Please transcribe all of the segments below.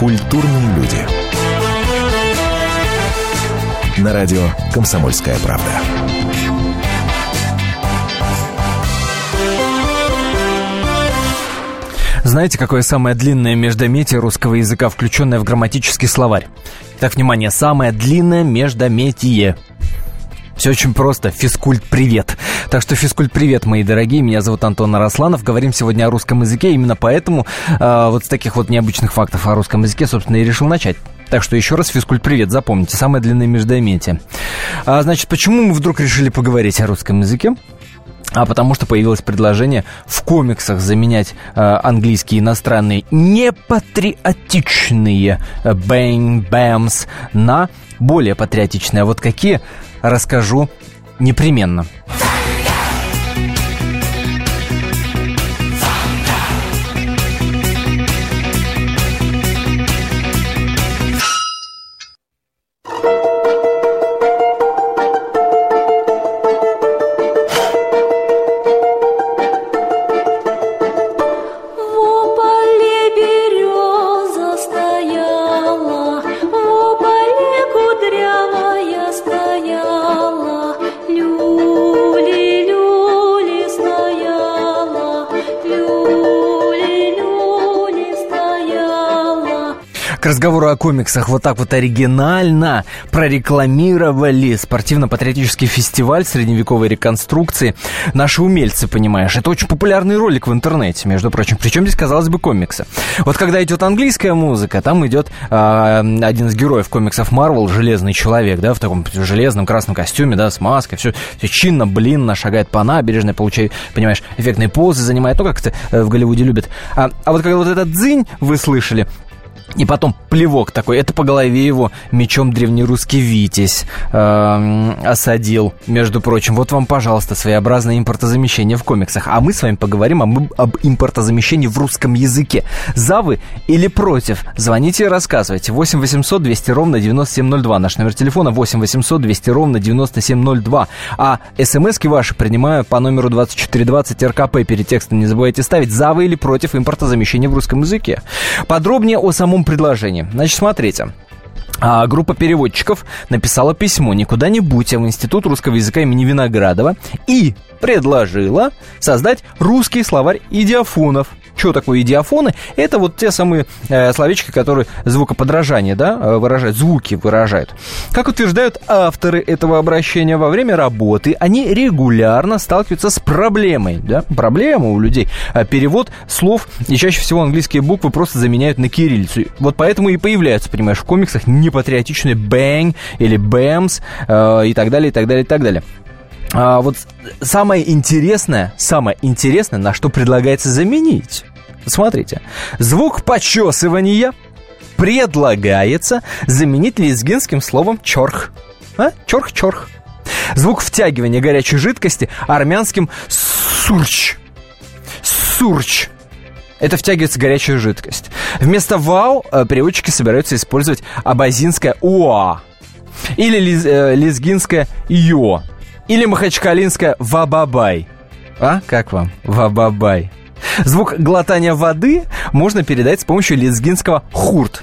Культурные люди. На радио «Комсомольская правда». Знаете, какое самое длинное междометие русского языка, включенное в грамматический словарь? Так, внимание, самое длинное междометие. Все очень просто. Физкульт-привет. Так что физкульт-привет, мои дорогие. Меня зовут Антон Арасланов. Говорим сегодня о русском языке. Именно поэтому вот с таких вот необычных фактов о русском языке, собственно, и решил начать. Так что еще раз физкульт-привет. Запомните, самое длинное междометие. Значит, почему мы вдруг решили поговорить о русском языке? Потому что появилось предложение в комиксах заменять английские иностранные непатриотичные бэнг-бэмс на более патриотичные. А вот какие, расскажу непременно. К разговору о комиксах вот так вот оригинально прорекламировали спортивно-патриотический фестиваль средневековой реконструкции наши умельцы, понимаешь. Это очень популярный ролик в интернете, между прочим. Причем здесь, казалось бы, комиксы. Вот когда идет английская музыка, там идет один из героев комиксов Marvel, Железный Человек, да, в таком железном красном костюме, да, с маской, все чинно, блинно шагает по набережной, получает, понимаешь, эффектные позы занимает, ну, как это в Голливуде любят. А вот когда вот этот дзынь вы слышали, и потом плевок такой, это по голове его мечом древнерусский Витязь осадил, между прочим. Вот вам, пожалуйста, своеобразное импортозамещение в комиксах. А мы с вами поговорим об импортозамещении в русском языке. За вы или против? Звоните и рассказывайте. 8 800 200 ровно 9702. Наш номер телефона 8 800 200 ровно 9702. А смски ваши принимаю по номеру 2420 РКП. Перед текстом не забывайте ставить за вы или против импортозамещения в русском языке. Подробнее о самом предложении. Значит, смотрите. Группа переводчиков написала письмо не куда-нибудь, а в Институт русского языка имени Виноградова и предложила создать русский словарь идиофонов. Что такое идиофоны? Это вот те самые словечки, которые звукоподражание, да, выражают, звуки выражают. Как утверждают авторы этого обращения, во время работы они регулярно сталкиваются с проблемой, да, проблема у людей. Перевод слов, и чаще всего английские буквы просто заменяют на кириллицу. Вот поэтому и появляются, понимаешь, в комиксах непатриотичные бэнг или бэмс и так далее, и так далее, и так далее. Вот самое интересное, на что предлагается заменить. Смотрите. Звук почесывания предлагается заменить лезгинским словом чорх. Чорх-чорх. Звук втягивания горячей жидкости армянским сурч. Сурч. Это втягивается горячая жидкость. Вместо вау переводчики собираются использовать абазинское уа. Или лезгинское йо. Или махачкалинское вабабай. Как вам? Вабабай. Звук глотания воды можно передать с помощью лезгинского хурт.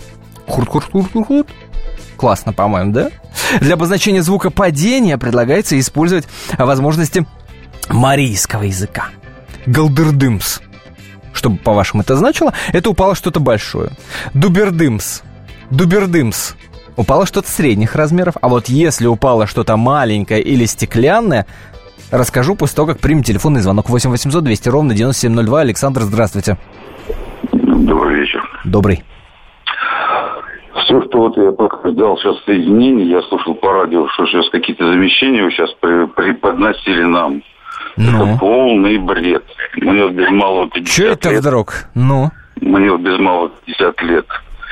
Хурт. Классно, по-моему, да? Для обозначения звука падения предлагается использовать возможности марийского языка. Галдырдымс. Что бы, по-вашему, это значило? Это упало что-то большое. Дубердымс. Упало что-то средних размеров. А вот если упало что-то маленькое или стеклянное, расскажу после того, как примем телефонный звонок. 8 800 200 ровно 9702. Александр, здравствуйте. Добрый вечер. Добрый. Все, что вот я пока ждал сейчас соединения, я слушал по радио, что сейчас какие-то замещения вы сейчас преподносили нам. Это полный бред. Мне вот без малого 50 лет. Че это вдруг? Мне вот без малого 50 лет.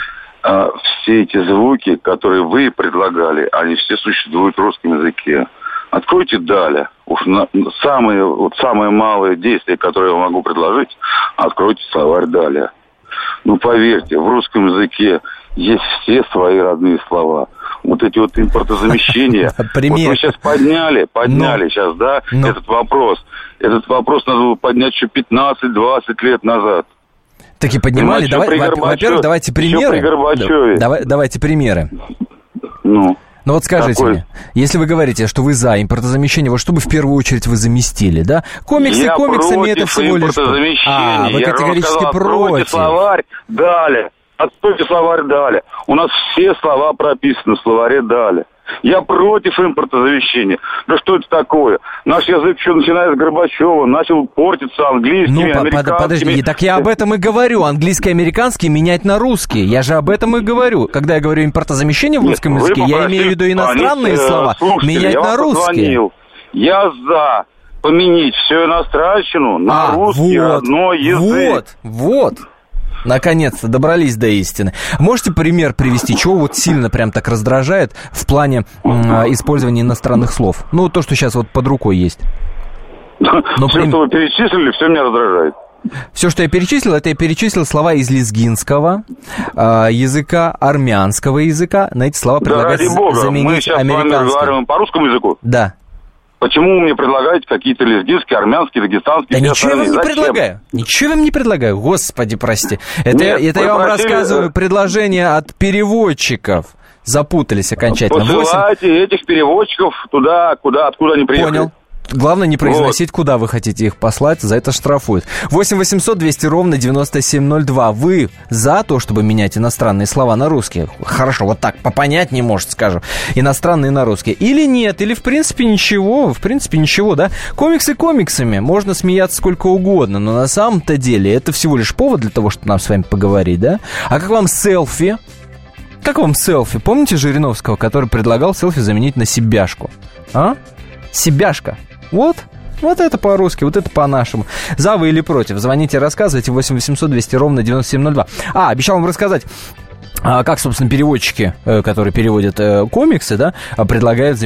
Все эти звуки, которые вы предлагали, они все существуют в русском языке. Откройте Даля. Уж самое малое действие, которое я могу предложить, откройте словарь Даля. Ну, поверьте, в русском языке есть все свои родные слова. Вот эти вот импортозамещения. Вот вы сейчас подняли сейчас, да, этот вопрос. Этот вопрос надо было поднять еще 15-20 лет назад. Таки поднимали. Во-первых, давайте примеры. Давайте примеры. Ну вот скажите мне, если вы говорите, что вы за импортозамещение, вот что бы в первую очередь вы заместили, да? Комиксы комиксами, это всего лишь... Вы категорически против. Словарь дали. Отстойте словарь дали. У нас все слова прописаны в словаре дали. Я против импортозамещения. Да что это такое? Наш язык еще начиная с Горбачева начал портиться английскими, американскими. Подожди, так я об этом и говорю. Английский, американский менять на русский. Я же об этом и говорю. Когда я говорю импортозамещение в русском языке, я имею в виду иностранные слова менять на русский. Я за поменять всю иностранщину на русский родной язык. Вот. Наконец-то добрались до истины. Можете пример привести, чего вот сильно прям так раздражает в плане использования иностранных слов? Ну, то, что сейчас вот под рукой есть. Все, что вы перечислили, все меня раздражает. Все, что я перечислил, это я перечислил слова из лезгинского языка, армянского языка. На эти слова предлагать заменить мы сейчас американским. с вами разговариваем по русскому языку? Да. Почему вы мне предлагаете какие-то лезгинские, армянские, дагестанские? Да ничего я вам не предлагаю. Ничего я вам не предлагаю. Господи, прости. Это я вам рассказываю предложение от переводчиков. Запутались окончательно. Посылайте этих переводчиков туда, откуда они приехали. Понял. Главное не произносить, куда вы хотите их послать, за это штрафуют. 8 800 200 ровно 9702. Вы за то, чтобы менять иностранные слова на русские? Хорошо, вот так, попонятнее, может, скажем. Иностранные на русские. Или нет, или в принципе ничего, да? Комиксы комиксами. Можно смеяться сколько угодно, но на самом-то деле это всего лишь повод для того, чтобы нам с вами поговорить, да? А как вам селфи? Как вам селфи? Помните Жириновского, который предлагал селфи заменить на себяшку? А? Себяшка. Вот это по-русски, вот это по-нашему. За вы или против? Звоните, рассказывайте. 8 800 200 ровно 9702. Обещал вам рассказать, как, собственно, переводчики, которые переводят комиксы, да, предлагают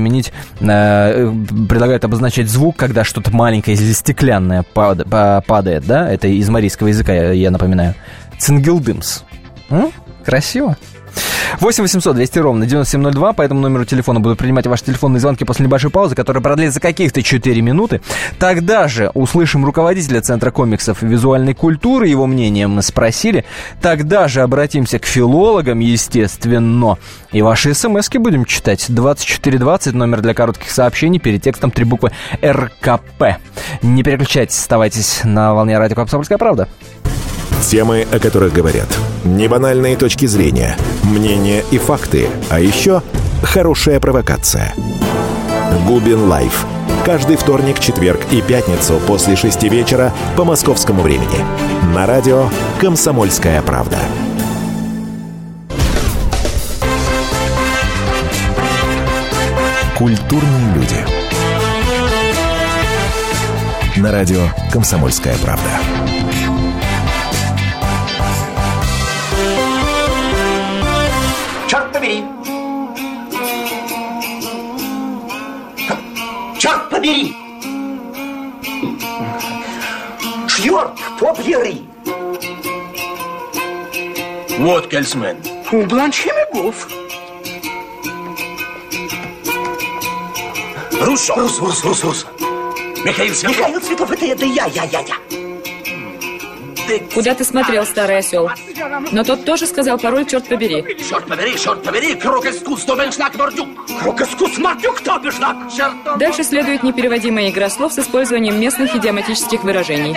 обозначать звук, когда что-то маленькое или стеклянное падает, да. Это из марийского языка, я напоминаю. Цингилдымс. Красиво. 8 800 200 ровно 9702. По этому номеру телефона буду принимать ваши телефонные звонки после небольшой паузы, которая продлится каких-то 4 минуты. Тогда же услышим руководителя Центра комиксов и визуальной культуры. Его мнение мы спросили. Тогда же обратимся к филологам, естественно. И ваши смски будем читать. 2420, номер для коротких сообщений. Перед текстом 3 буквы РКП. Не переключайтесь, оставайтесь на волне радио «Комсомольская правда». Темы, о которых говорят. Небанальные точки зрения, мнения и факты. А еще хорошая провокация. Губин Лайф. Каждый вторник, четверг и пятницу после 6 вечера по московскому времени. На радио «Комсомольская правда». Культурные люди. На радио «Комсомольская правда». Черт побери! Черт побери! Черт побери! Вот Кельсмен. Бланши Мегов. Руссо. Рус. Михаил Цветов. Михаил Цветов, это я. Куда ты смотрел, старый осел? Но тот тоже сказал пароль «Черт побери». Черт побери, крокескус, добеншнак, мордюк. Крокескус, мордюк, добеншнак. Дальше следует непереводимая игра слов с использованием местных идиоматических выражений.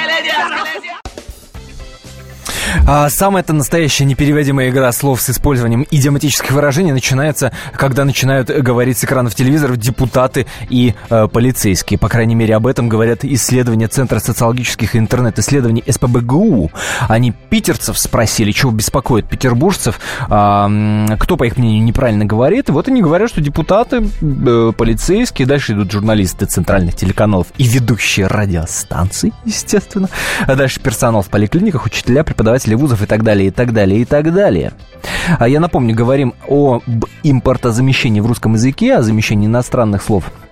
Самая-то настоящая непереводимая игра слов с использованием идиоматических выражений начинается, когда начинают говорить с экранов телевизоров депутаты и полицейские. По крайней мере, об этом говорят исследования Центра социологических и интернет-исследований СПбГУ. Они питерцев спросили, чего беспокоит петербуржцев, кто, по их мнению, неправильно говорит. И вот они говорят, что депутаты, полицейские, дальше идут журналисты центральных телеканалов и ведущие радиостанций, естественно. А дальше персонал в поликлиниках, учителя, преподаватели вузов и так далее, и так далее, и так далее. Я напомню, говорим об импортозамещении в русском языке, о замещении иностранных слов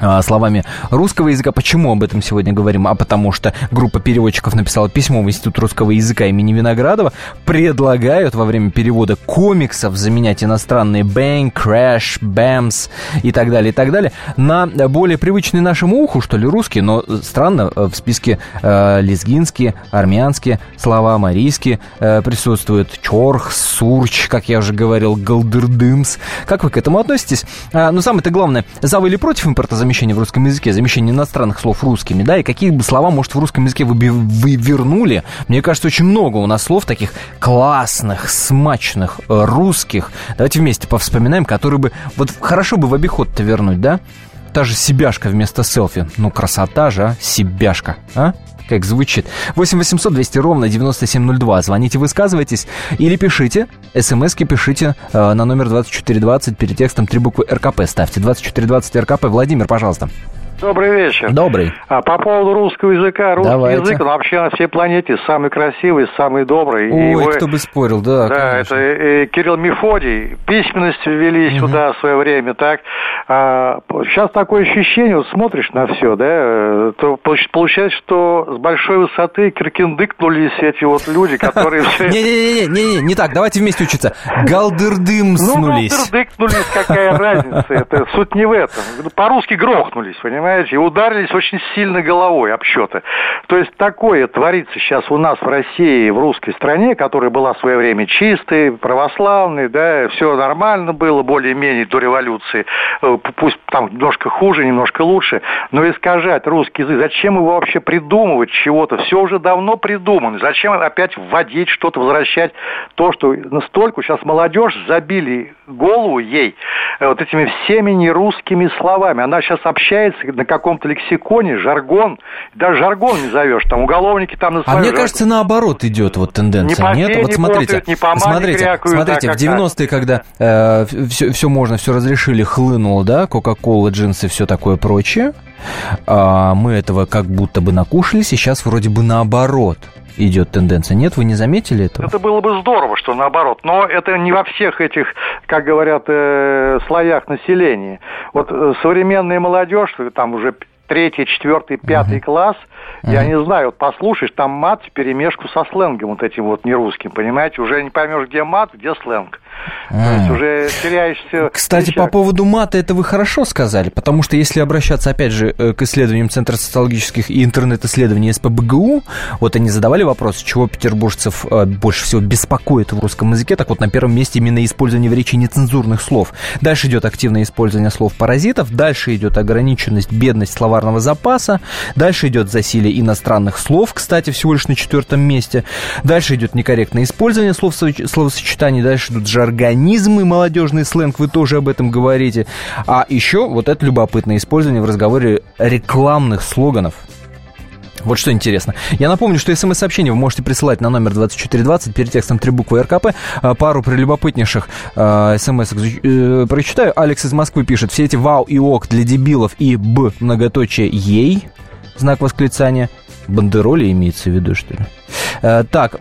словами русского языка. Почему об этом сегодня говорим? А потому что группа переводчиков написала письмо в Институт русского языка имени Виноградова. Предлагают во время перевода комиксов заменять иностранные bang, crash, bams и так далее, на более привычный нашему уху, что ли, русский. Но странно, в списке лезгинские, армянские слова, марийские присутствуют. Чорх, сурч, как я уже говорил, галдырдымс. Как вы к этому относитесь? Но самое-то главное, за вы или против импорта замещения в русском языке, замещение иностранных слов русскими, да, и какие бы слова, может, в русском языке вы вернули? Мне кажется, очень много у нас слов таких классных, смачных, русских. Давайте вместе повспоминаем, которые бы, вот хорошо бы в обиход-то вернуть, да? Та же себяшка вместо селфи. Ну, красота же, а? Себяшка, а? Как звучит. 8 800 200 ровно 9702. Звоните, высказывайтесь. Или пишите. СМСки пишите на номер 2420. Перед текстом 3 буквы РКП ставьте. 2420 РКП. Владимир, пожалуйста. Добрый вечер. Добрый. По поводу русского языка. Русский язык, он вообще на всей планете самый красивый, самый добрый. Ой, кто бы спорил, да. Да, конечно. Это Кирилл Мефодий. Письменность ввели сюда в свое время, так. Сейчас такое ощущение, вот смотришь на все, да, то получается, что с большой высоты киркиндыкнулись эти вот люди, которые... Не так, давайте вместе учиться. Галдырдымснулись. Ну, галдырдыкнулись, какая разница, это суть не в этом. По-русски грохнулись, понимаете, и ударились очень сильно головой об что-то. То есть такое творится сейчас у нас в России, в русской стране, которая была в свое время чистой, православной, да, все нормально было, более-менее до революции, пусть там немножко хуже, немножко лучше, но искажать русский язык, зачем его вообще придумывать чего-то? Все уже давно придумано. Зачем опять вводить что-то, возвращать то, что настолько сейчас молодежь забили голову ей вот этими всеми нерусскими словами. Она сейчас общается на каком-то лексиконе, жаргон, даже жаргон не зовешь, там уголовники там называют. А мне кажется, наоборот идет вот тенденция, нет? Вот смотрите, в 90-е, когда все можно, все разрешили, хлынуло, да, Кока-кола, джинсы, все такое прочее, мы этого как будто бы накушались, и сейчас вроде бы наоборот идет тенденция. Нет, вы не заметили этого? Это было бы здорово, что наоборот. Но это не во всех этих, как говорят, слоях населения. Вот современная молодежь, там уже 3-й, 4-й, 5-й класс, я не знаю, вот послушаешь, там мат вперемешку со сленгом вот этим вот нерусским, понимаете? Уже не поймешь, где мат, где сленг. То есть уже теряешься... Кстати, по поводу мата, это вы хорошо сказали, потому что если обращаться, опять же, к исследованиям Центра социологических и интернет-исследований СПбГУ, вот они задавали вопрос, чего петербуржцев больше всего беспокоит в русском языке, так вот на первом месте именно использование в речи нецензурных слов. Дальше идет активное использование слов-паразитов, дальше идет ограниченность, бедность словарного запаса, дальше идет засилие иностранных слов, кстати, всего лишь на 4-м месте, дальше идет некорректное использование словосочетаний, дальше идут жаргонизмы, молодежный сленг, вы тоже об этом говорите. А еще вот это любопытное использование в разговоре рекламных слоганов. Вот что интересно. Я напомню, что смс-сообщение вы можете присылать на номер 2420, перед текстом 3 буквы РКП. Пару прелюбопытнейших смс-ок прочитаю. Алекс из Москвы пишет: все эти вау и ок для дебилов и б многоточие ей, знак восклицания. Бандероли имеется в виду, что ли? Так,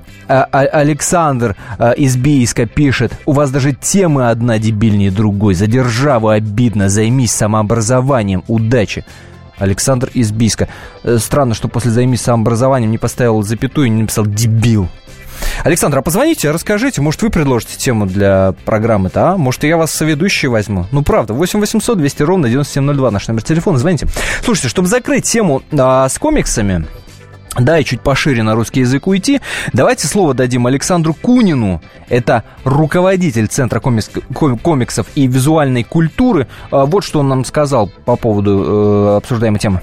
Александр из Бийска пишет: у вас даже темы одна дебильнее другой. За державу обидно, займись самообразованием, удачи. Александр из Бийска. Странно, что после «займись самообразованием» не поставил запятую и не написал «дебил». Александр, а позвоните, расскажите, может, вы предложите тему для программы-то, а? Может, я вас соведущий возьму? Ну, правда, 8 800 200 ровно 9702 наш номер телефона, звоните. Слушайте, чтобы закрыть тему с комиксами, да, и чуть пошире на русский язык уйти, давайте слово дадим Александру Кунину. Это руководитель Центра комиксов и визуальной культуры. Вот что он нам сказал по поводу обсуждаемой темы.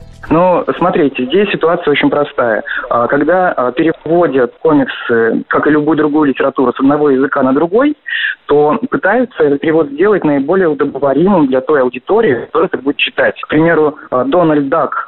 Ну, смотрите, здесь ситуация очень простая. Когда переводят комиксы, как и любую другую литературу, с одного языка на другой, то пытаются этот перевод сделать наиболее удобоваримым для той аудитории, которая это будет читать. К примеру, Дональд Дак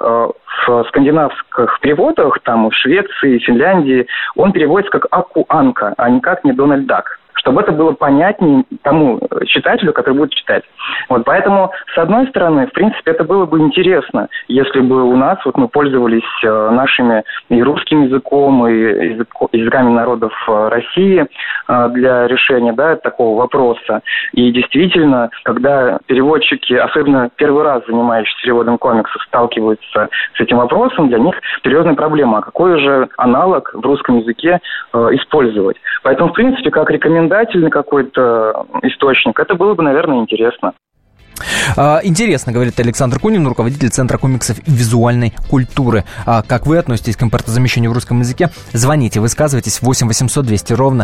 в скандинавских переводах, там в Швеции, Финляндии, он переводится как Аку Анка, а никак не Дональд Дак. чтобы это было понятнее тому читателю, который будет читать. Вот, поэтому, с одной стороны, в принципе, это было бы интересно, если бы у нас вот мы пользовались нашими и русским языком, и языками народов России для решения, да, такого вопроса. И действительно, когда переводчики, особенно первый раз занимающиеся переводом комиксов, сталкиваются с этим вопросом, для них серьезная проблема. А какой же аналог в русском языке использовать? Поэтому, в принципе, как рекомендательный какой-то источник, это было бы, наверное, интересно. Интересно, говорит Александр Кунин, руководитель Центра комиксов и визуальной культуры. Как вы относитесь к импортозамещению в русском языке? Звоните, высказывайтесь. 8 800 200 ровно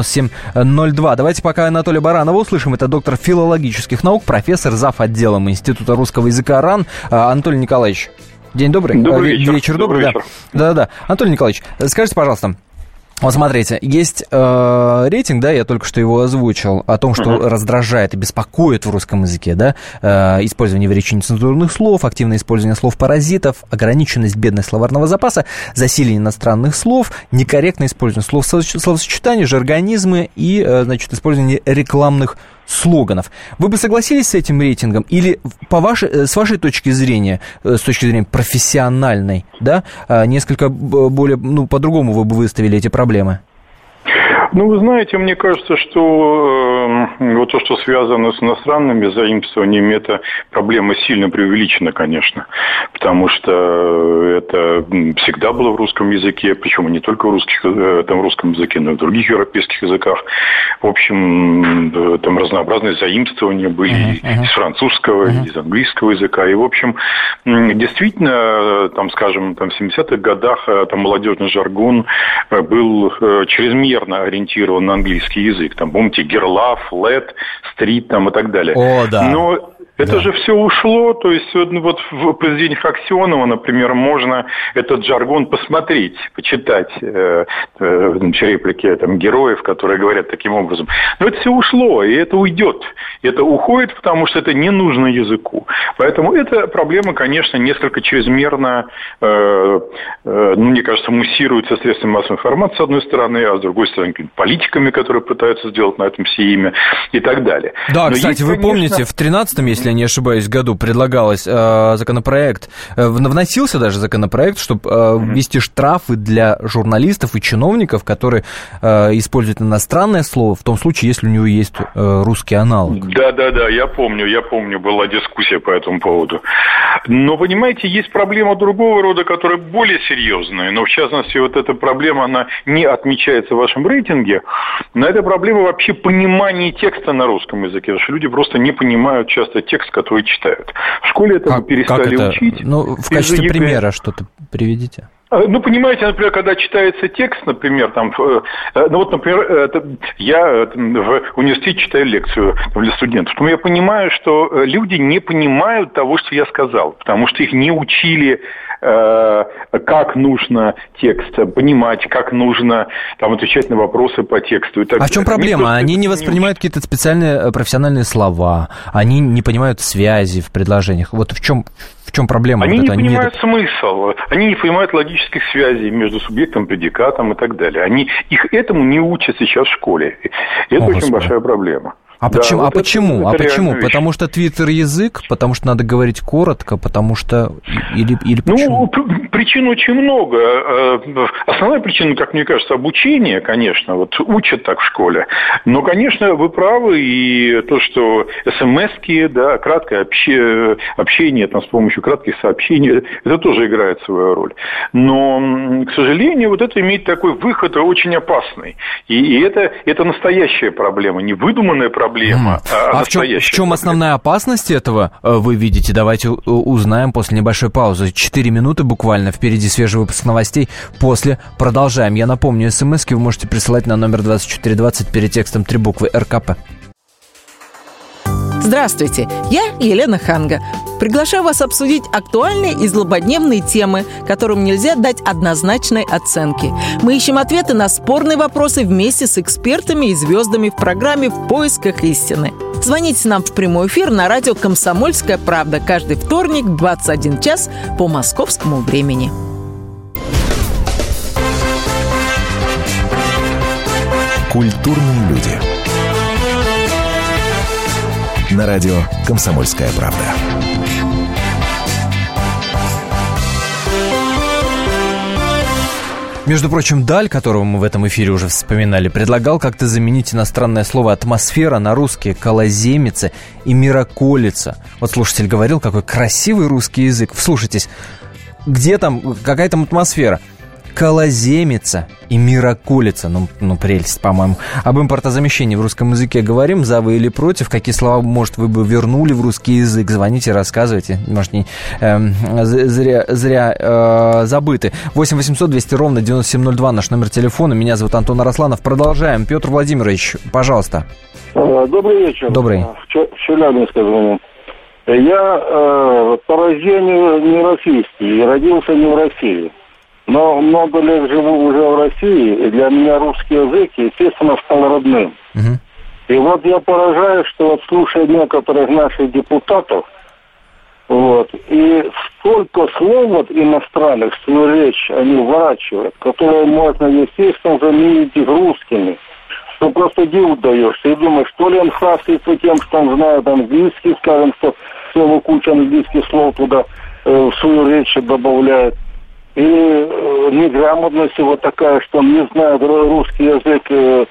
9702. Давайте пока Анатолия Баранова услышим. Это доктор филологических наук, профессор, зав. Отделом Института русского языка РАН. Анатолий Николаевич, день добрый. Добрый вечер. Добрый вечер. Да. Анатолий Николаевич, скажите, пожалуйста, вот смотрите, есть рейтинг, да, я только что его озвучил, о том, что раздражает и беспокоит в русском языке, да, использование в речи нецензурных слов, активное использование слов-паразитов, ограниченность бедность словарного запаса, засилие иностранных слов, некорректное использование словосочетаний, жаргонизмы и, значит, использование рекламных слоганов. Вы бы согласились с этим рейтингом? Или с вашей точки зрения, с точки зрения профессиональной, да, несколько более, по-другому вы бы выставили эти проблемы? Вы знаете, мне кажется, что вот то, что связано с иностранными заимствованиями, эта проблема сильно преувеличена, конечно, потому что это всегда было в русском языке, причем не только в русском языке, но и в других европейских языках. В общем, там разнообразные заимствования были из французского, из английского языка. И, в общем, действительно, там, скажем, в 70-х годах там молодежный жаргон был чрезмерно ориентирован на английский язык. Там, помните, герлав, лет, стрит там, и так далее. О, да. Но это же все ушло, то есть вот в произведениях Аксенова, например, можно этот жаргон посмотреть, почитать реплики там, героев, которые говорят таким образом. Но это все ушло, и это уйдет. Это уходит, потому что это не нужно языку. Поэтому эта проблема, конечно, несколько чрезмерно, мне кажется, муссируется средствами массовой информации, с одной стороны, а с другой стороны, политиками, которые пытаются сделать на этом все имя и так далее. Да, но кстати, вы помните, в 13-м, если я не ошибаюсь, году предлагалось законопроект, вносился даже законопроект, чтобы ввести штрафы для журналистов и чиновников, которые используют иностранное слово, в том случае, если у него есть русский аналог. Да, я помню, была дискуссия по этому поводу. Но, понимаете, есть проблема другого рода, которая более серьезная, но, в частности, вот эта проблема, она не отмечается в вашем рейтинге, но это проблема вообще понимания текста на русском языке, потому что люди просто не понимают часто текст, который читают. В школе это перестали учить. В качестве примера что-то приведите. Понимаете, например, когда читается текст, например, там, например, я в университете читаю лекцию для студентов, то я понимаю, что люди не понимают того, что я сказал, потому что их не учили, как нужно текст понимать, как нужно там отвечать на вопросы по тексту и так далее. А в чем проблема? Они не воспринимают какие-то специальные профессиональные слова, они не понимают связи в предложениях. Вот в чем проблема? Они не понимают смысл, они не понимают логических связей между субъектом, предикатом и так далее. Они их этому не учат сейчас в школе. И это очень большая проблема. Почему? Почему? Потому что твиттер-язык, потому что надо говорить коротко, потому что... Или почему? Причин очень много. Основная причина, как мне кажется, обучение, конечно, вот учат так в школе. Но, конечно, вы правы, и то, что смс-ки, да, краткое общение там, с помощью кратких сообщений, это тоже играет свою роль. Но, к сожалению, вот это имеет такой выход очень опасный. И это настоящая проблема, не выдуманная проблема. В чем основная опасность этого, вы видите? Давайте узнаем после небольшой паузы. 4 минуты буквально, впереди свежий выпуск новостей. После продолжаем. Я напомню, смс-ки вы можете присылать на номер 2420 перед текстом 3 буквы РКП. Здравствуйте, я Елена Ханга. Приглашаю вас обсудить актуальные и злободневные темы, которым нельзя дать однозначной оценки. Мы ищем ответы на спорные вопросы вместе с экспертами и звездами в программе «В поисках истины». Звоните нам в прямой эфир на радио «Комсомольская правда» каждый вторник в 21 час по московскому времени. Культурные люди. на радио «Комсомольская правда». Между прочим, Даль, которого мы в этом эфире уже вспоминали, предлагал как-то заменить иностранное слово «атмосфера» на русские «колоземица» и «мироколица». Вот слушатель говорил, какой красивый русский язык. Вслушайтесь, где там, какая там атмосфера? Колоземица и мироколица. Ну, прелесть, по-моему. Об импортозамещении в русском языке говорим. За вы или против? Какие слова, может, вы бы вернули в русский язык? Звоните, рассказывайте. Может, не зря забыты. 8 800 200 ровно 9702 наш номер телефона. Меня зовут Антон Арасланов. Продолжаем. Петр Владимирович, пожалуйста. Добрый вечер. Добрый. В Челябинске звоню. Я по рождению не российский, родился не в России. Но много лет живу уже в России, и для меня русский язык, естественно, стал родным. И вот я поражаюсь, что вот слушая некоторых наших депутатов, и столько слов вот иностранных, свою речь они вворачивают, которые можно, естественно, заменить их русскими, что просто диву даешься. И думаешь, что ли он хвастается тем, что он знает английский, скажем, что целую кучу английских слов туда в свою речь добавляет. И неграмотность его такая, что он не знает русский язык,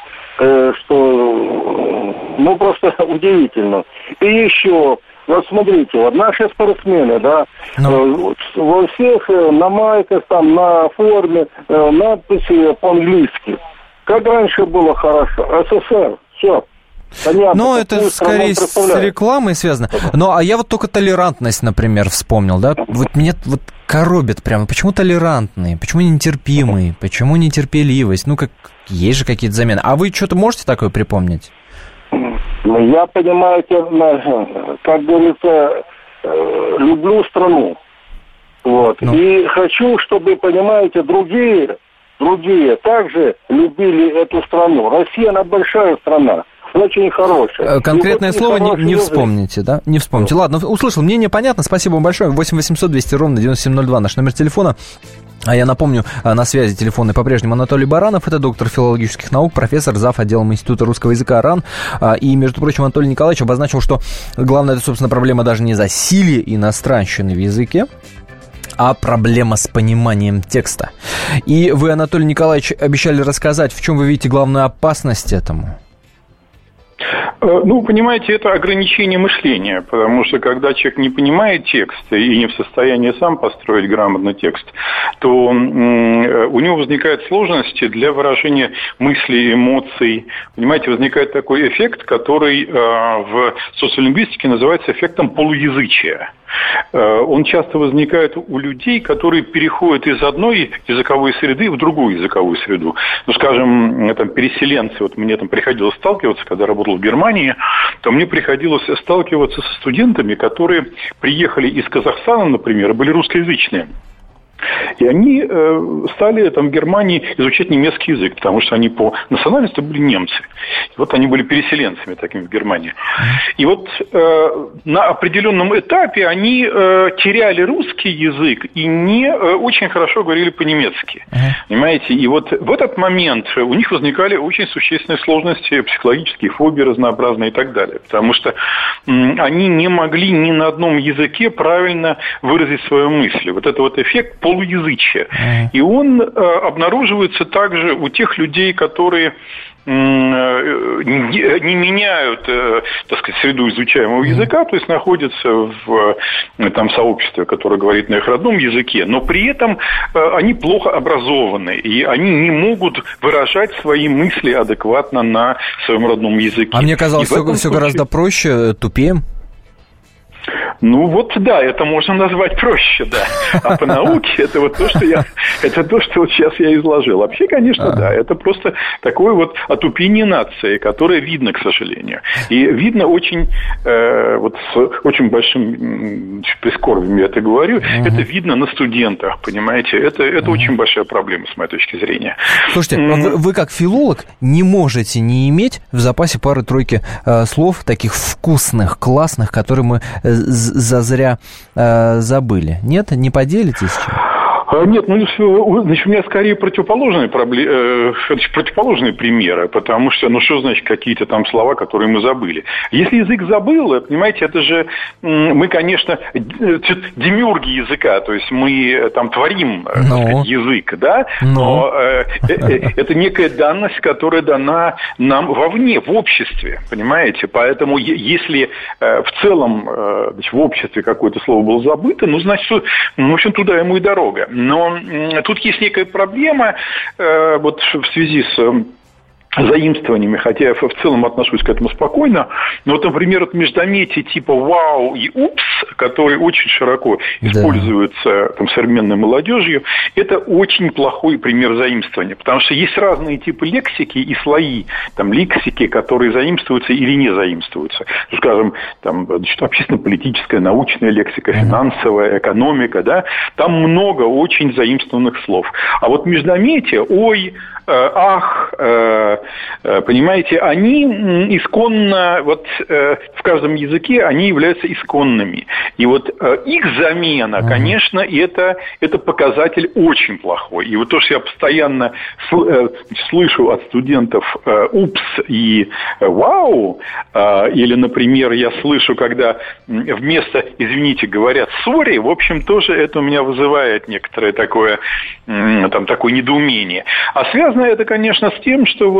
что, просто удивительно. И еще, вот смотрите, вот наши спортсмены, да, во всех на майках, там, на форме, надписи по-английски. Как раньше было хорошо, СССР, все. Понятно, это скорее с рекламой связано. А я вот только толерантность, например, вспомнил, да? Вот меня вот коробит прямо. Почему толерантные? Почему нетерпимые? Почему нетерпеливость? Есть же какие-то замены. А вы что-то можете такое припомнить? Я, понимаете, как говорится, люблю страну. И хочу, чтобы, понимаете, другие также любили эту страну. Россия, она большая страна. Очень хорошая. Конкретное слово не вспомните, да? Не вспомните. Ладно, услышал. Мнение понятно. Спасибо вам большое. 8 800 200 ровно 9702 наш номер телефона. А я напомню, на связи телефонный по-прежнему Анатолий Баранов. Это доктор филологических наук, профессор, зав. Отделом Института русского языка РАН. И, между прочим, Анатолий Николаевич обозначил, что главная, это, собственно, проблема даже не засилие иностранщины в языке, а проблема с пониманием текста. И вы, Анатолий Николаевич, обещали рассказать, в чем вы видите главную опасность этому. Понимаете, это ограничение мышления, потому что когда человек не понимает текст и не в состоянии сам построить грамотный текст, то у него возникают сложности для выражения мыслей, эмоций. Понимаете, возникает такой эффект, который в социолингвистике называется эффектом полуязычия. Он часто возникает у людей, которые переходят из одной языковой среды в другую языковую среду. Скажем, переселенцы. Вот мне приходилось сталкиваться, когда работал в Германии, то мне приходилось сталкиваться со студентами, которые приехали из Казахстана, например, и были русскоязычные. И они стали в Германии изучать немецкий язык, потому что они по национальности были немцы. И вот они были переселенцами такими в Германии. И вот на определенном этапе они теряли русский язык и не очень хорошо говорили по-немецки. Понимаете? И вот в этот момент у них возникали очень существенные сложности, психологические фобии разнообразные и так далее. Потому что они не могли ни на одном языке правильно выразить свою мысль. Вот это вот эффект полуязычия. И он обнаруживается также у тех людей, которые не меняют, среду изучаемого языка, то есть находятся в сообществе, которое говорит на их родном языке, но при этом они плохо образованы, и они не могут выражать свои мысли адекватно на своем родном языке. А мне казалось, все гораздо проще, тупее. Это можно назвать проще, да. А по науке это то, что сейчас я изложил. Вообще, конечно, да. Это просто такое отупение нации, которое видно, к сожалению. И видно очень, с очень большим прискорбием я это говорю, это видно на студентах, понимаете. Это очень большая проблема, с моей точки зрения. Слушайте, вы как филолог не можете не иметь в запасе пары-тройки слов таких вкусных, классных, которые мы зазря забыли. Нет? Не поделитесь? Нет, значит, у меня скорее противоположные примеры, потому что, что значит какие-то там слова, которые мы забыли. Если язык забыл, понимаете, это же мы, конечно, демиурги языка, то есть мы там творим язык, да, но это некая данность, которая дана нам вовне, в обществе, понимаете, поэтому если в целом в обществе какое-то слово было забыто, значит, в общем, туда ему и дорога. Но тут есть некая проблема вот в связи с заимствованиями, хотя я в целом отношусь к этому спокойно. Но вот, например, междометия типа «вау» и «упс», которые очень широко используются там, современной молодежью, это очень плохой пример заимствования. Потому что есть разные типы лексики и слои там, лексики, которые заимствуются или не заимствуются. Скажем, там, общественно-политическая, научная лексика, финансовая, экономика, да, там много очень заимствованных слов. А вот междометия «ой», «ах», понимаете, они исконно, вот в каждом языке они являются исконными. И вот их замена, конечно, это показатель очень плохой. И вот то, что я постоянно слышу от студентов «упс» и «вау», или, например, я слышу, когда вместо «извините» говорят «сори», в общем, тоже это у меня вызывает некоторое такое недоумение. А связано это, конечно, с тем, что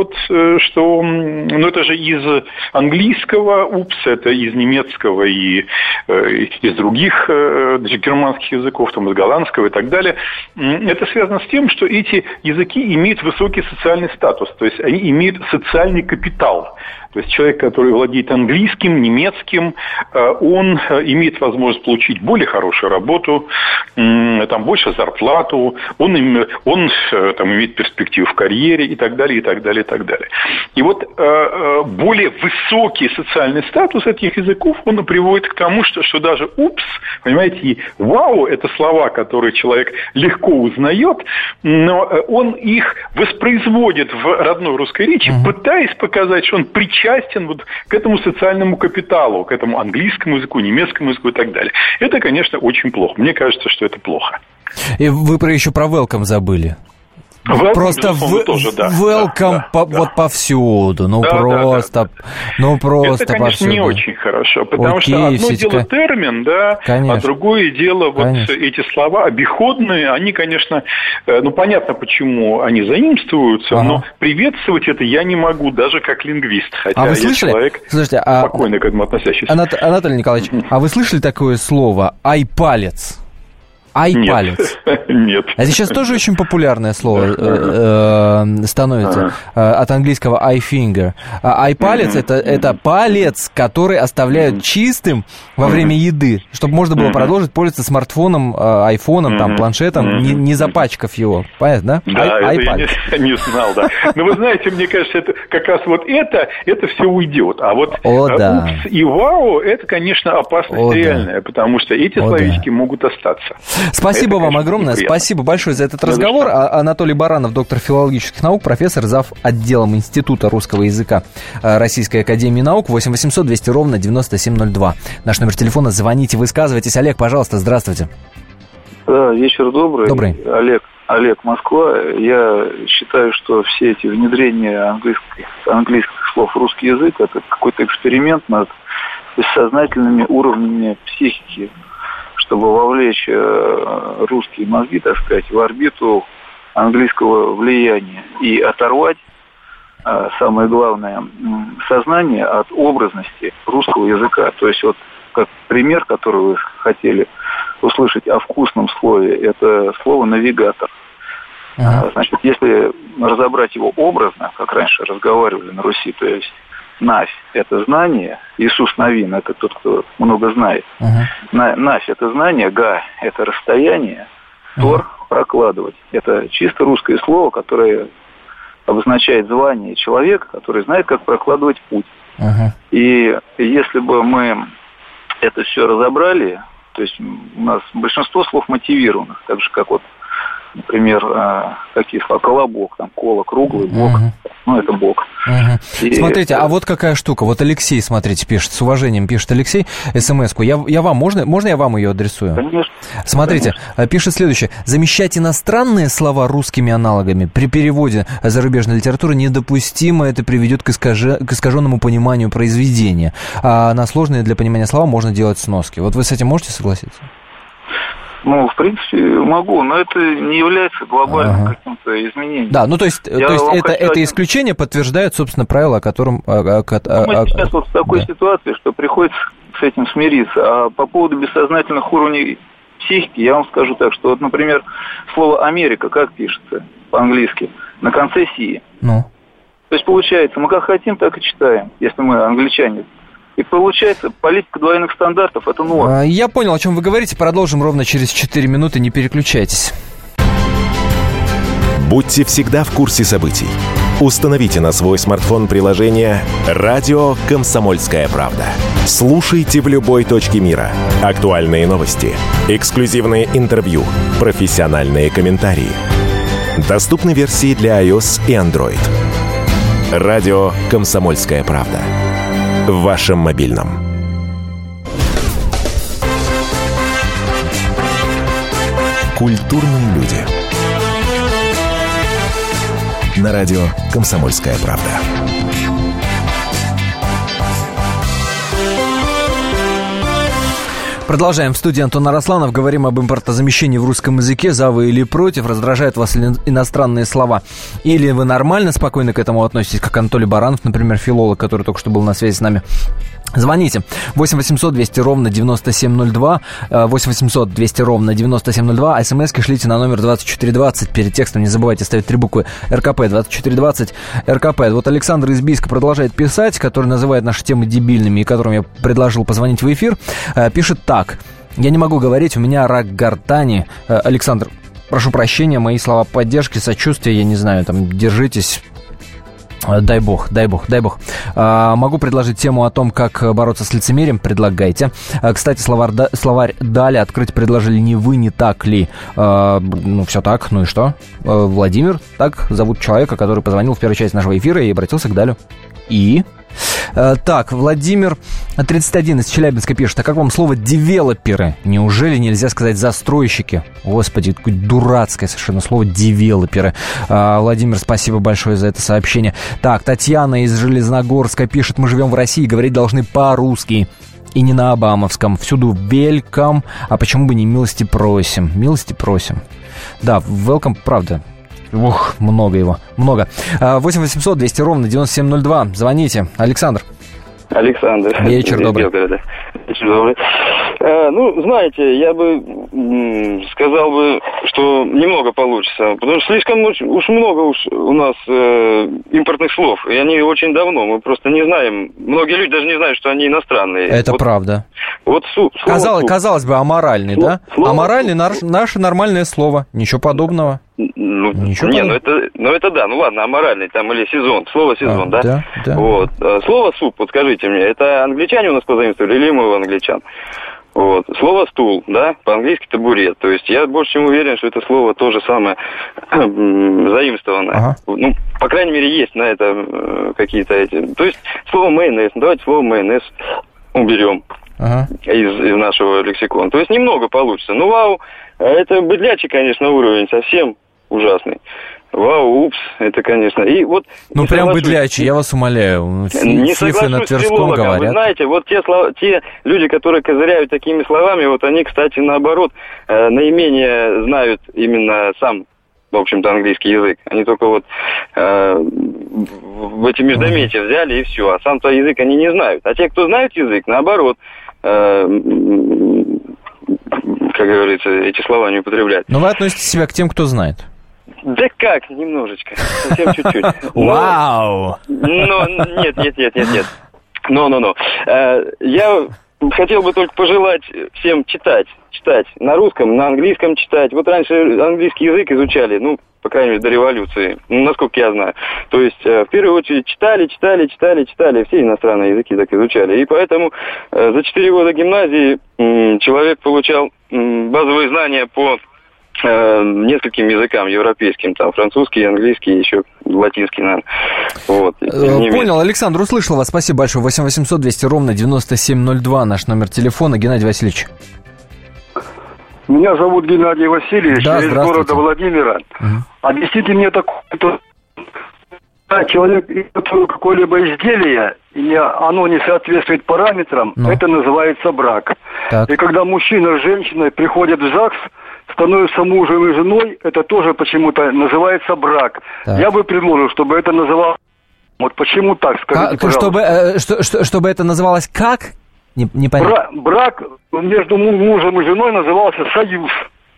это же из английского «упс», это из немецкого и из других германских языков, там, из голландского и так далее. Это связано с тем, что эти языки имеют высокий социальный статус, то есть они имеют социальный капитал. То есть человек, который владеет английским, немецким, он имеет возможность получить более хорошую работу, там, больше зарплату, он там, имеет перспективу в карьере и так далее, и так далее, и так далее. И вот более высокий социальный статус этих языков, он приводит к тому, что даже «упс», понимаете, и «вау» – это слова, которые человек легко узнает, но он их воспроизводит в родной русской речи, пытаясь показать, что он причастен вот к этому социальному капиталу, к этому английскому языку, немецкому языку и так далее. Это, конечно, очень плохо. Мне кажется, что это плохо. И вы еще про welcome забыли. Welcome, просто тоже, да. welcome вот повсюду, просто это, конечно, повсюду. Не очень хорошо, потому что одно дело термин, да, конечно. А другое дело вот эти слова обиходные, они, конечно, понятно, почему они заимствуются, но приветствовать это я не могу, даже как лингвист, хотя я человек спокойно к этому относящийся. Анатолий Николаевич, а вы слышали такое слово «айпалец»? Айпалец. Нет. А сейчас тоже очень популярное слово становится от английского eye finger. Айпалец это палец, который оставляют чистым во время еды, чтобы можно было продолжить пользоваться смартфоном, айфоном, там, планшетом, не запачкав его. Понятно, да? Да, это я не знал, да. Но вы знаете, мне кажется, это как раз вот это все уйдет. А вот «упс» и «вау» это, конечно, опасность реальная, потому что эти словечки могут остаться. Спасибо вам огромное, спасибо большое за этот разговор. Анатолий Баранов, доктор филологических наук, профессор, зав. Отделом Института русского языка Российской академии наук. 8 800 200 ровно 9702. Наш номер телефона, звоните, высказывайтесь. Олег, пожалуйста, здравствуйте. Да, вечер добрый. Добрый. Олег, Москва. Я считаю, что все эти внедрения английских слов в русский язык – это какой-то эксперимент над бессознательными уровнями психики, чтобы вовлечь русские мозги, так сказать, в орбиту английского влияния и оторвать, самое главное, сознание от образности русского языка. То есть вот как пример, который вы хотели услышать о вкусном слове, это слово «навигатор». Значит, если разобрать его образно, как раньше разговаривали на Руси, то есть «Навь» – это знание, Иисус Навин – это тот, кто много знает. «Навь» – это знание, «Га» – это расстояние, «Тор» – прокладывать. Это чисто русское слово, которое обозначает звание человека, который знает, как прокладывать путь. И если бы мы это все разобрали, то есть у нас большинство слов мотивированных, так же, как вот, например, какие слова, колобок, там, коло, круглый, бок. это Бог. Угу. Смотрите, а вот какая штука. Вот Алексей, смотрите, пишет, с уважением пишет Алексей смс-ку. Я вам, можно я вам ее адресую? Конечно. Смотрите, пишет следующее. Замещать иностранные слова русскими аналогами при переводе зарубежной литературы недопустимо. Это приведет к искаженному пониманию произведения. А на сложные для понимания слова можно делать сноски. Вот вы с этим можете согласиться? В принципе, могу, но это не является глобальным каким-то изменением. Да, то есть это исключение подтверждает, собственно, правило, о котором... Мы сейчас вот в такой ситуации, что приходится с этим смириться. А по поводу бессознательных уровней психики, я вам скажу так, что, вот, например, слово «Америка» как пишется по-английски? На конце «си». То есть, получается, мы как хотим, так и читаем, если мы англичане. И получается, политика двойных стандартов – это норма. Я понял, о чем вы говорите. Продолжим ровно через 4 минуты. Не переключайтесь. Будьте всегда в курсе событий. Установите на свой смартфон приложение «Радио Комсомольская правда». Слушайте в любой точке мира. Актуальные новости, эксклюзивные интервью, профессиональные комментарии. Доступны версии для iOS и Android. «Радио Комсомольская правда». В вашем мобильном. Культурные люди. На радио «Комсомольская правда». Продолжаем. В студии Антон Арасланов. Говорим об импортозамещении в русском языке. За вы или против? Раздражают вас иностранные слова? Или вы нормально, спокойно к этому относитесь, как Анатолий Баранов, например, филолог, который только что был на связи с нами? Звоните. 8 800 200 ровно 9702. 8 800 200 ровно 9702. СМС-ки шлите на номер 2420. Перед текстом не забывайте ставить 3 буквы РКП. 2420 РКП. Вот Александр из Бийска продолжает писать, который называет наши темы дебильными и которым я предложил позвонить в эфир. Пишет так. Я не могу говорить, у меня рак гортани. Александр, прошу прощения, мои слова поддержки, сочувствия, я не знаю, держитесь. Дай бог. Могу предложить тему о том, как бороться с лицемерием. Предлагайте. Кстати, словарь дали, открыть предложили не вы, не так ли? Все так, ну и что? Владимир, так зовут человека, который позвонил в первой части нашего эфира и обратился к Далю. И... Так, Владимир 31 из Челябинска пишет. А как вам слово «девелоперы»? Неужели нельзя сказать «застройщики»? Господи, какое дурацкое совершенно слово «девелоперы». Владимир, спасибо большое за это сообщение. Так, Татьяна из Железногорска пишет. Мы живем в России, говорить должны по-русски. И не на обамовском. Всюду welcome. А почему бы не милости просим? Милости просим. Да, welcome, правда. Ух, много его, много. 8 800 200 ровно 9702. Звоните. Александр. Александр. Вечер добрый. Вечер добрый. Знаете, я бы сказал бы, что немного получится, потому что слишком уж много у нас импортных слов, и они очень давно, мы просто не знаем, многие люди даже не знают, что они иностранные. Это правда. Казалось бы, аморальный, да? Аморальный наше нормальное слово, ничего подобного. Это да, ладно, аморальный там или сезон, слово сезон, да? Вот. Слово суп, вот скажите мне, это англичане у нас позаимствовали или мы у англичан? Вот. Слово стул, да, по-английски табурет. То есть я больше чем уверен, что это слово то же самое заимствованное. По крайней мере, есть на это какие-то эти. То есть слово майонез, давайте слово майонез уберем из нашего лексикона. То есть немного получится. Вау, это быдлячий, конечно, уровень совсем ужасный. Вау, упс, это, конечно. И вот прям быдлячий, я вас умоляю. Не соглашусь с филологом. Вы знаете, вот те люди, которые козыряют такими словами, вот они, кстати, наоборот, наименее знают именно сам, в общем-то, английский язык. Они только вот в эти междометия взяли и все. А сам-то язык они не знают. А те, кто знают язык, наоборот, как говорится, эти слова не употребляют. Но вы относите себя к тем, кто знает? Да как, немножечко, совсем чуть-чуть. Вау! Нет. Я хотел бы только пожелать всем читать на русском, на английском читать. Вот раньше английский язык изучали, по крайней мере, до революции, насколько я знаю. То есть, в первую очередь, читали, все иностранные языки так изучали. И поэтому за 4 года гимназии человек получал базовые знания по нескольким языкам европейским, там французский, английский, еще латинский, наверное. Вот, понял, Александр, услышал вас. Спасибо большое. 8 800 200 ровно 9702 наш номер телефона. Геннадий Васильевич. Меня зовут Геннадий Васильевич, да, я из города Владимира. Объясните мне такое, человек изготовил какое-либо изделие, и оно не соответствует параметрам, это называется брак. Так. И когда мужчина с женщиной приходят в ЗАГС, становятся мужем и женой, это тоже почему-то называется брак. Так. Я бы предложил, чтобы это называлось... Вот почему так, скажите, пожалуйста. Чтобы это называлось как? Непонятно. Брак между мужем и женой назывался союз.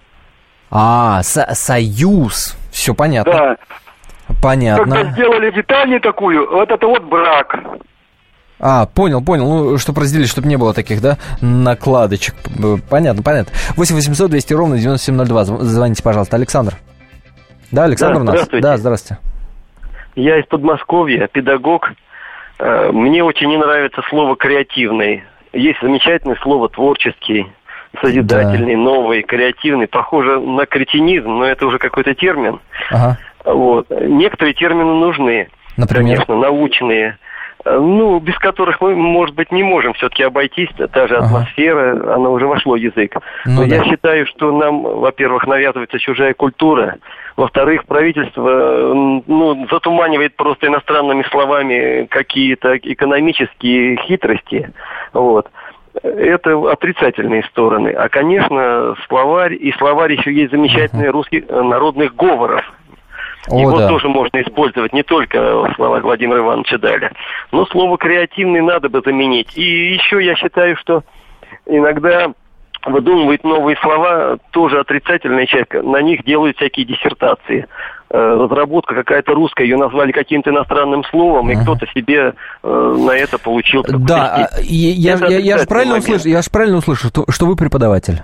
Союз. Все понятно. Да. Понятно. Когда сделали деталь такую, вот это вот брак. Понял. Ну, чтобы разделить, чтобы не было таких, да, накладочек. Понятно. 8 800 200 ровно 9702. Звоните, пожалуйста. Александр. Да, Александр у нас? Здравствуйте. Да, здравствуйте. Я из Подмосковья, педагог. Мне очень не нравится слово «креативный». Есть замечательное слово «творческий», «созидательный», «новый», «креативный». Похоже на кретинизм, но это уже какой-то термин. Ага. Вот. Некоторые термины нужны. Например? Конечно, научные. Без которых мы, может быть, не можем все-таки обойтись. Та же атмосфера, она уже вошла в язык. Но я считаю, что нам, во-первых, навязывается чужая культура. Во-вторых, правительство затуманивает просто иностранными словами какие-то экономические хитрости. Вот. Это отрицательные стороны. А, конечно, словарь еще есть замечательный русский народных говоров. Его тоже можно использовать не только в словах Владимира Ивановича Даля. Но слово «креативный» надо бы заменить. И еще я считаю, что иногда выдумывают новые слова, тоже отрицательная часть, на них делают всякие диссертации. Разработка какая-то русская, ее назвали каким-то иностранным словом, и кто-то себе на это получил... Да, я же правильно услышал, что вы преподаватель?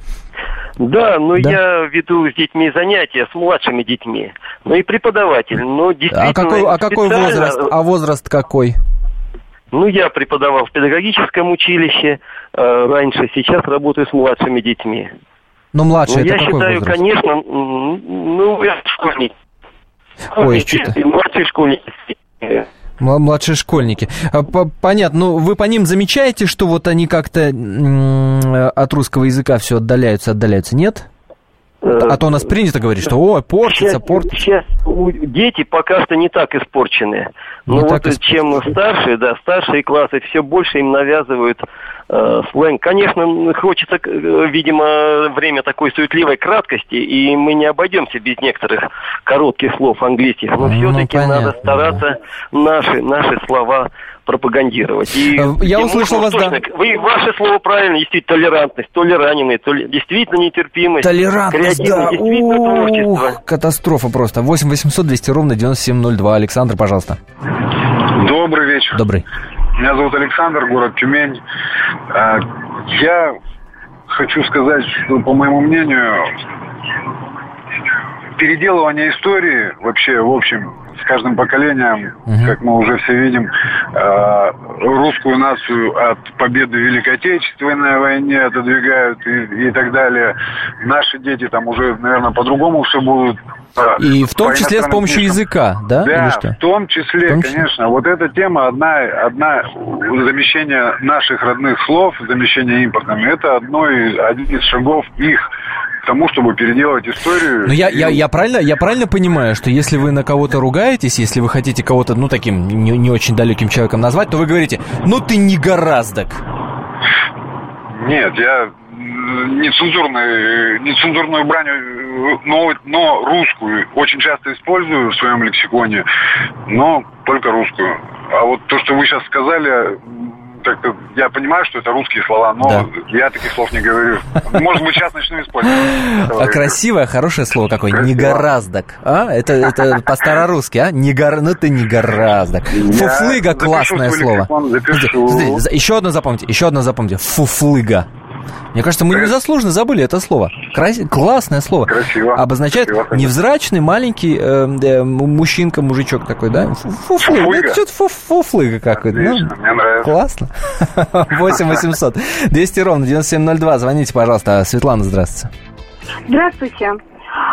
Да, я веду с детьми занятия, с младшими детьми. И преподаватель. Но действительно... А какой возраст? Возраст какой? Я преподавал в педагогическом училище раньше, сейчас работаю с младшими детьми. Но младший это какой возраст? Я считаю, конечно, я школьник. Младшие школьники. Младшие школьники. Понятно. Вы по ним замечаете, что вот они как-то от русского языка все отдаляются, нет? А то у нас принято говорить, что портится. Сейчас дети пока что не так испорчены. Но чем старшие классы, все больше им навязывают сленг. Конечно, хочется, видимо, время такой суетливой краткости, и мы не обойдемся без некоторых коротких слов английских. Но все-таки надо стараться наши слова пропагандировать. И я услышал вас, ваше слово правильно, действительно, толерантность, толераненный, действительно нетерпимость. Толерантность, творчество. Катастрофа просто. 8 800 200 ровно 9702. Александр, пожалуйста. Добрый вечер. Добрый. Меня зовут Александр, город Тюмень. Я хочу сказать, что, по моему мнению, переделывание истории вообще, в общем, с каждым поколением, как мы уже все видим, русскую нацию от победы в Великой Отечественной войне отодвигают и так далее. Наши дети там уже, наверное, по-другому все будут. И в том числе с помощью языка, да? Да, в том числе, конечно. Вот эта тема, одна замещение наших родных слов, замещение импортными, это один из шагов их к тому, чтобы переделать историю. Но я правильно понимаю, что если вы на кого-то ругаетесь, если вы хотите кого-то, таким не очень далеким человеком назвать, то вы говорите, ты негораздок. Нет, я нецензурную брань, но русскую очень часто использую в своем лексиконе, но только русскую. А вот то, что вы сейчас сказали, как-то я понимаю, что это русские слова, но я таких слов не говорю. Может быть, сейчас начну использовать. Красивое, хорошее слово какое. Негораздок. Это по-старорусски, ты негораздок. Фуфлыга — классное слово. Еще одно запомните. Фуфлыга. Мне кажется, мы незаслуженно забыли это слово. Классное слово. Красиво. Обозначает невзрачный, маленький мужчинка, мужичок такой, да? Фуфлыга. Это что-то фуфлыга какой-то. Мне нравится. Классно. 8 800 200 ровно 9702. Звоните, пожалуйста. Светлана, здравствуйте. Здравствуйте.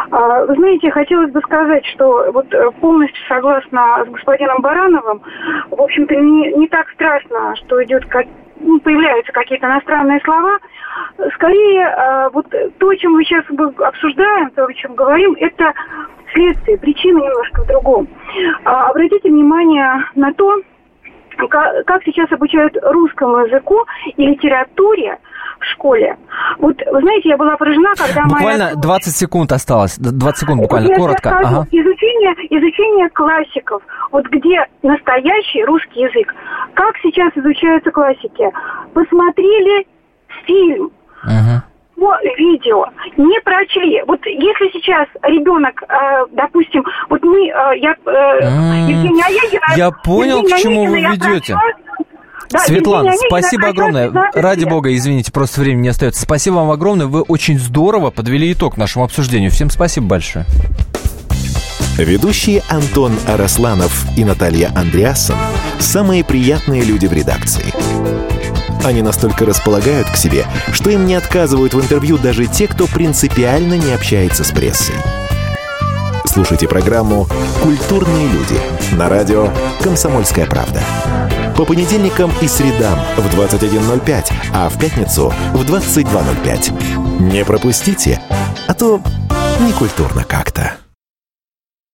Вы знаете, хотелось бы сказать, что вот полностью согласна с господином Барановым. В общем-то, не так страшно, что появляются какие-то иностранные слова. Скорее, вот то, о чем мы сейчас обсуждаем, то, о чем говорим, это следствие, причина немножко в другом. Обратите внимание на то, как сейчас обучают русскому языку и литературе в школе. Вот, вы знаете, я была поражена, когда буквально 20 секунд осталось. 20 секунд буквально, коротко. Ага. Изучение классиков. Вот где настоящий русский язык. Как сейчас изучаются классики? Посмотрели фильм. Видео, не прочли. Вот если сейчас ребенок, допустим, вот мы, Евгения Онегина... Я понял, к чему вы ведете. Да, Светлана, спасибо огромное. Ради бога, извините, просто времени не остается. Спасибо вам огромное. Вы очень здорово подвели итог нашему обсуждению. Всем спасибо большое. Ведущие Антон Арасланов и Наталья Андреасон – самые приятные люди в редакции. Они настолько располагают к себе, что им не отказывают в интервью даже те, кто принципиально не общается с прессой. Слушайте программу «Культурные люди» на радио «Комсомольская правда». По понедельникам и средам в 21:05, а в пятницу в 22:05. Не пропустите, а то некультурно как-то.